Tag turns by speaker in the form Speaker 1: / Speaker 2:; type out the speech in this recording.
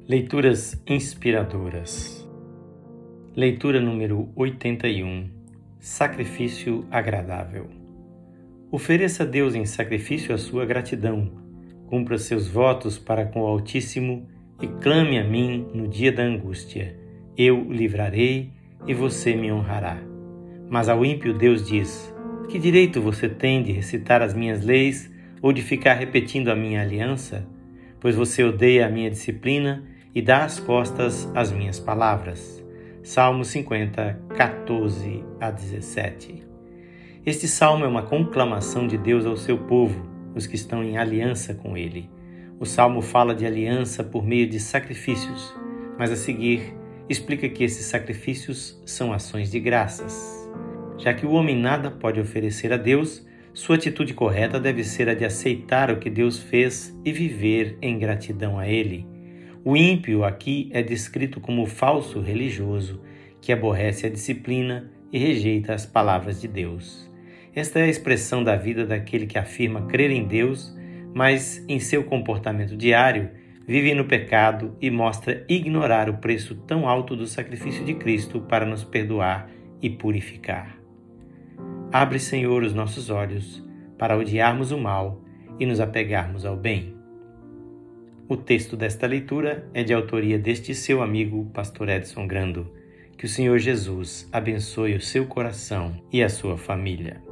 Speaker 1: Leituras inspiradoras. Leitura número 81. Sacrifício agradável. Ofereça a Deus em sacrifício a sua gratidão. Cumpra seus votos para com o Altíssimo e clame a mim no dia da angústia. Eu o livrarei e você me honrará. Mas ao ímpio Deus diz: que direito você tem de recitar as minhas leis ou de ficar repetindo a minha aliança? Pois você odeia a minha disciplina e dá as costas às minhas palavras. Salmo 50, 14 a 17. Este salmo é uma conclamação de Deus ao seu povo, os que estão em aliança com Ele. O salmo fala de aliança por meio de sacrifícios, mas a seguir explica que esses sacrifícios são ações de graças. Já que o homem nada pode oferecer a Deus, sua atitude correta deve ser a de aceitar o que Deus fez e viver em gratidão a Ele. O ímpio aqui é descrito como falso religioso, que aborrece a disciplina e rejeita as palavras de Deus. Esta é a expressão da vida daquele que afirma crer em Deus, mas em seu comportamento diário vive no pecado e mostra ignorar o preço tão alto do sacrifício de Cristo para nos perdoar e purificar. Abre, Senhor, os nossos olhos para odiarmos o mal e nos apegarmos ao bem. O texto desta leitura é de autoria deste seu amigo, Pastor Edson Grando. Que o Senhor Jesus abençoe o seu coração e a sua família.